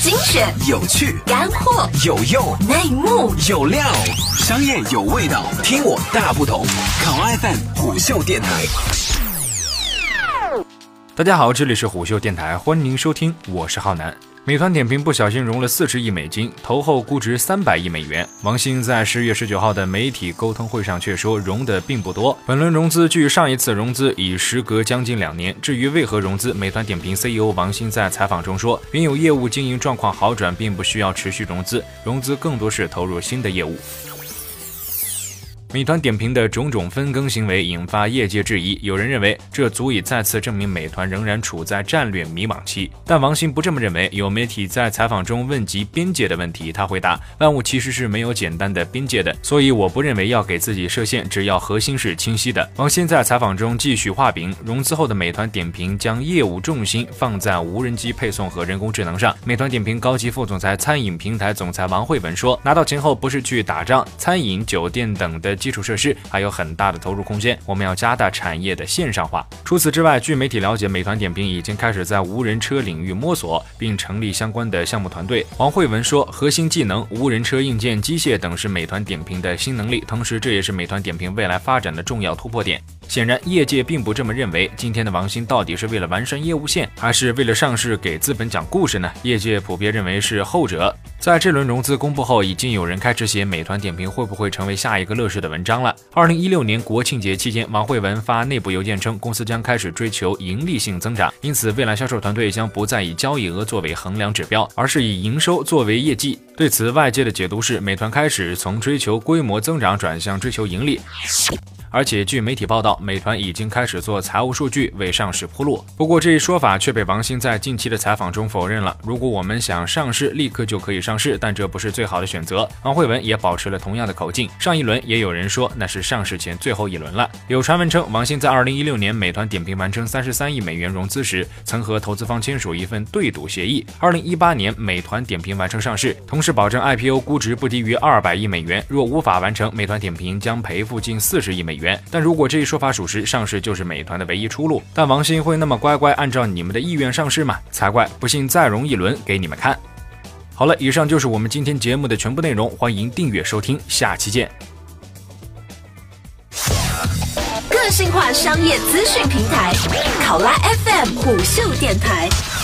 精选、 有趣、 干货、 有用、 内幕、 有料，商业有味道，听我大不同。考 FM 虎嗅电台。 大家好，这里是虎嗅电台，欢迎您收听，我是浩南。美团点评不小心融了40亿美金，投后估值300亿美元。王兴在10月19号的媒体沟通会上却说融的并不多。本轮融资距上一次融资已时隔将近2年。至于为何融资，美团点评 CEO 王兴在采访中说，原有业务经营状况好转，并不需要持续融资，融资更多是投入新的业务。美团点评的种种分羹行为引发业界质疑，有人认为这足以再次证明美团仍然处在战略迷茫期，但王兴不这么认为。有媒体在采访中问及边界的问题，他回答，万物其实是没有简单的边界的，所以我不认为要给自己设限，只要核心是清晰的。王兴在采访中继续画饼，融资后的美团点评将业务重心放在无人机配送和人工智能上。美团点评高级副总裁、餐饮平台总裁王慧文说，拿到钱后不是去打仗，餐饮、酒店等的基础设施还有很大的投入空间，我们要加大产业的线上化。除此之外，据媒体了解，美团点评已经开始在无人车领域摸索，并成立相关的项目团队。王慧文说，核心技能、无人车硬件、机械等是美团点评的新能力，同时这也是美团点评未来发展的重要突破点。显然业界并不这么认为，今天的王兴到底是为了完善业务线，还是为了上市给资本讲故事呢？业界普遍认为是后者。在这轮融资公布后，已经有人开始写美团点评会不会成为下一个乐视的文章了。2016年国庆节期间，王慧文发内部邮件称，公司将开始追求盈利性增长，因此未来销售团队将不再以交易额作为衡量指标，而是以营收作为业绩。对此，外界的解读是，美团开始从追求规模增长转向追求盈利。而且据媒体报道，美团已经开始做财务数据为上市铺路。不过这一说法却被王兴在近期的采访中否认了。如果我们想上市，立刻就可以上市，但这不是最好的选择。王慧文也保持了同样的口径。上一轮也有人说那是上市前最后一轮了。有传闻称，王兴在2016年美团点评完成33亿美元融资时，曾和投资方签署一份对赌协议。2018年美团点评完成上市，同时保证 IPO 估值不低于200亿美元，若无法完成，美团点评将赔付近40亿美元。但如果这一说法属实，上市就是美团的唯一出路。但王兴会那么乖乖按照你们的意愿上市吗？才怪！不信再融一轮给你们看。好了，以上就是我们今天节目的全部内容，欢迎订阅收听，下期见。 个性化商业资讯平台，考拉 FM 虎嗅电台。